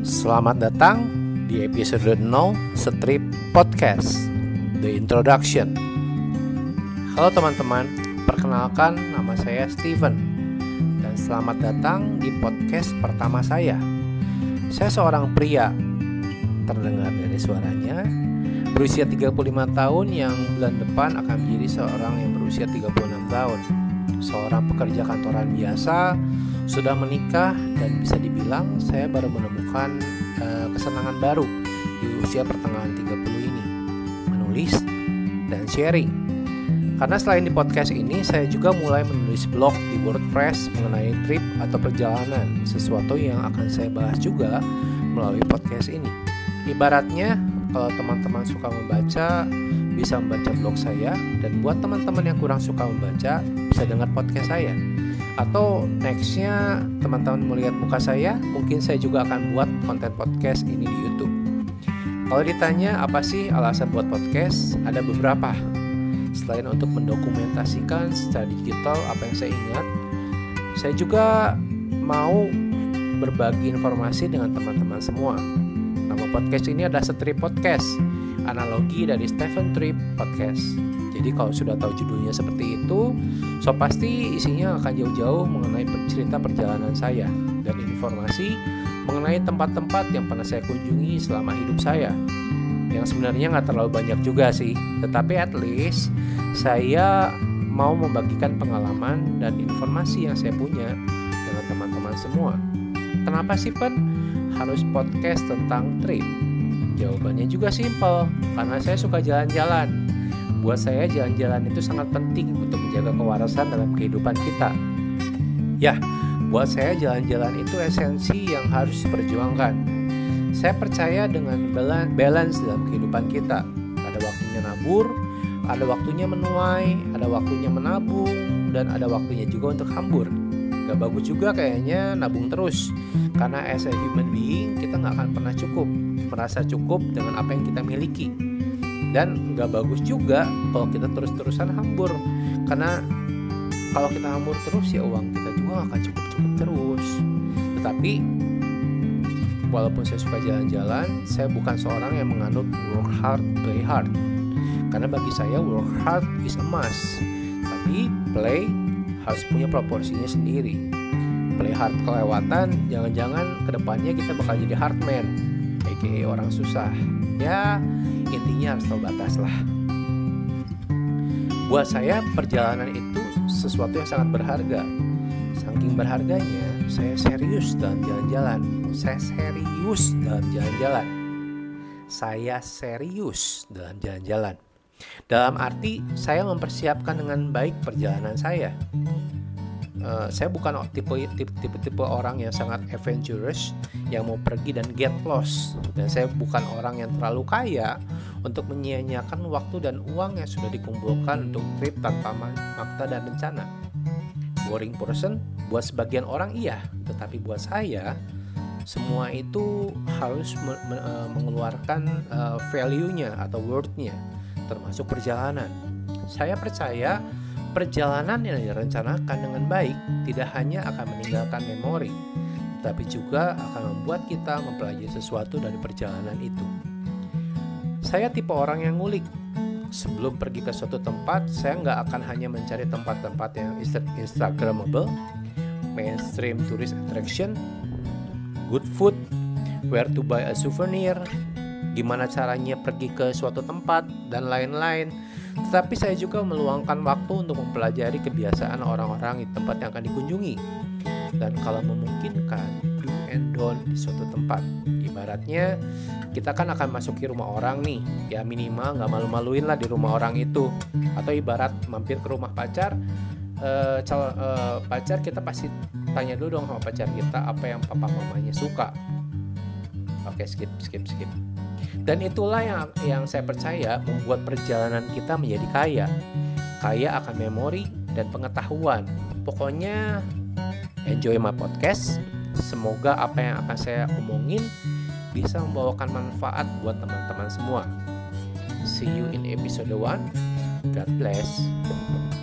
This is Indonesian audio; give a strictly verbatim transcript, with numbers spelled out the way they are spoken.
Selamat datang di episode nol Strip Podcast, The Introduction. Halo teman-teman, perkenalkan nama saya Steven dan selamat datang di podcast pertama saya. Saya seorang pria, terdengar dari suaranya, berusia tiga puluh lima tahun yang bulan depan akan menjadi seorang yang berusia tiga puluh enam tahun. Seorang pekerja kantoran biasa, sudah menikah, dan bisa dibilang saya baru menemukan uh, kesenangan baru di usia pertengahan tiga puluh ini, menulis dan sharing. Karena selain di podcast ini, saya juga mulai menulis blog di WordPress mengenai trip atau perjalanan, sesuatu yang akan saya bahas juga melalui podcast ini. Ibaratnya, kalau teman-teman suka membaca, bisa membaca blog saya, dan buat teman-teman yang kurang suka membaca, bisa dengar podcast saya. Atau nextnya teman-teman melihat muka saya, mungkin saya juga akan buat konten podcast ini di YouTube. Kalau ditanya apa sih alasan buat podcast, ada beberapa. Selain untuk mendokumentasikan secara digital apa yang saya ingat, saya juga mau berbagi informasi dengan teman-teman semua. Nama podcast ini adalah Strip Podcast, analogi dari Stephen Tripp Podcast. Jadi kalau sudah tahu judulnya seperti itu, so pasti isinya akan jauh-jauh mengenai cerita perjalanan saya dan informasi mengenai tempat-tempat yang pernah saya kunjungi selama hidup saya. Yang sebenarnya nggak terlalu banyak juga sih, tetapi at least saya mau membagikan pengalaman dan informasi yang saya punya dengan teman-teman semua. Kenapa sih Pen harus podcast tentang trip? Jawabannya juga simpel, karena saya suka jalan-jalan. Buat saya jalan-jalan itu sangat penting untuk menjaga kewarasan dalam kehidupan kita. Ya, buat saya jalan-jalan itu esensi yang harus diperjuangkan. Saya percaya dengan balance dalam kehidupan kita. Ada waktunya nabur, ada waktunya menuai, ada waktunya menabung, dan ada waktunya juga untuk hambur. Gak bagus juga kayaknya nabung terus, karena as a human being kita gak akan pernah cukup, merasa cukup dengan apa yang kita miliki. Dan gak bagus juga kalau kita terus-terusan hambur, karena kalau kita hambur terus ya uang kita juga gak akan cukup-cukup terus. Tetapi walaupun saya suka jalan-jalan, saya bukan seorang yang menganut work hard, play hard. Karena bagi saya work hard is a must, tapi play harus punya proporsinya sendiri. Play hard kelewatan, jangan-jangan kedepannya kita bakal jadi hard man, aka orang susah. Ya, intinya harus tahu batas lah. Buat saya perjalanan itu sesuatu yang sangat berharga. Saking berharganya, saya serius dalam jalan-jalan. Saya serius dalam jalan-jalan. Saya serius dalam jalan-jalan. Dalam arti saya mempersiapkan dengan baik perjalanan saya. Uh, saya bukan tipe-tipe orang yang sangat adventurous yang mau pergi dan get lost, dan saya bukan orang yang terlalu kaya untuk menyia-nyiakan waktu dan uang yang sudah dikumpulkan untuk trip tanpa makna dan rencana. Boring person buat sebagian orang iya, tetapi buat saya semua itu harus me- me- mengeluarkan uh, value-nya atau worth-nya, termasuk perjalanan. Saya percaya perjalanan yang direncanakan dengan baik tidak hanya akan meninggalkan memori, tetapi juga akan membuat kita mempelajari sesuatu dari perjalanan itu. Saya tipe orang yang ngulik. Sebelum pergi ke suatu tempat, saya nggak akan hanya mencari tempat-tempat yang instagramable, mainstream tourist attraction, good food, where to buy a souvenir, gimana caranya pergi ke suatu tempat, dan lain-lain. Tetapi saya juga meluangkan waktu untuk mempelajari kebiasaan orang-orang di tempat yang akan dikunjungi. Dan kalau memungkinkan, do and don't di suatu tempat. Ibaratnya, kita kan akan masuki rumah orang nih, ya minimal gak malu-maluin lah di rumah orang itu. Atau ibarat mampir ke rumah pacar, eh, cal- eh, pacar kita pasti tanya dulu dong sama pacar kita apa yang papa mamanya suka. Oke, skip, skip, skip. Dan itulah yang, yang saya percaya membuat perjalanan kita menjadi kaya. Kaya akan memori dan pengetahuan. Pokoknya enjoy my podcast. Semoga apa yang akan saya omongin bisa membawakan manfaat buat teman-teman semua. See you in episode one. God bless.